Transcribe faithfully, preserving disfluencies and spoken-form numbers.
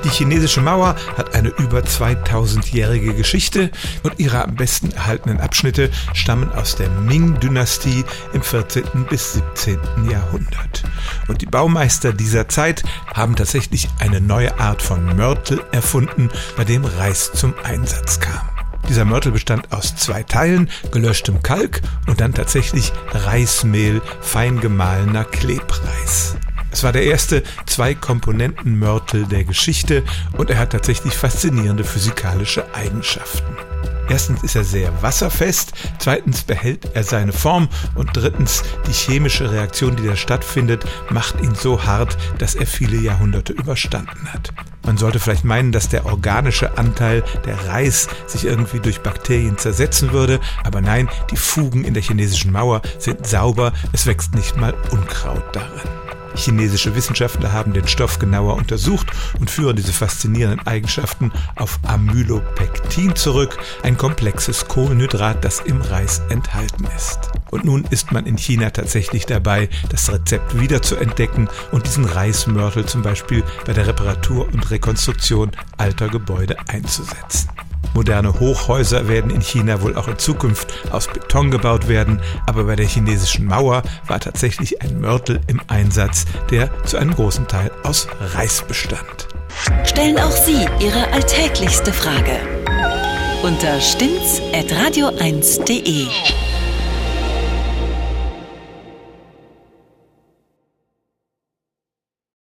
Die chinesische Mauer hat eine über zweitausendjährige Geschichte und ihre am besten erhaltenen Abschnitte stammen aus der Ming-Dynastie im vierzehnten bis siebzehnten Jahrhundert. Und die Baumeister dieser Zeit haben tatsächlich eine neue Art von Mörtel erfunden, bei dem Reis zum Einsatz kam. Dieser Mörtel bestand aus zwei Teilen, gelöschtem Kalk und dann tatsächlich Reismehl, fein gemahlener Klebreis. Es war der erste Zwei-Komponenten-Mörtel der Geschichte und er hat tatsächlich faszinierende physikalische Eigenschaften. Erstens ist er sehr wasserfest, zweitens behält er seine Form und drittens die chemische Reaktion, die da stattfindet, macht ihn so hart, dass er viele Jahrhunderte überstanden hat. Man sollte vielleicht meinen, dass der organische Anteil, der Reis, sich irgendwie durch Bakterien zersetzen würde, aber nein, die Fugen in der chinesischen Mauer sind sauber, es wächst nicht mal Unkraut darin. Chinesische Wissenschaftler haben den Stoff genauer untersucht und führen diese faszinierenden Eigenschaften auf Amylopektin zurück, ein komplexes Kohlenhydrat, das im Reis enthalten ist. Und nun ist man in China tatsächlich dabei, das Rezept wieder zu entdecken und diesen Reismörtel zum Beispiel bei der Reparatur und Rekonstruktion alter Gebäude einzusetzen. Moderne Hochhäuser werden in China wohl auch in Zukunft aus Beton gebaut werden, aber bei der chinesischen Mauer war tatsächlich ein Mörtel im Einsatz, der zu einem großen Teil aus Reis bestand. Stellen auch Sie Ihre alltäglichste Frage unter stimmt's at radio eins punkt de.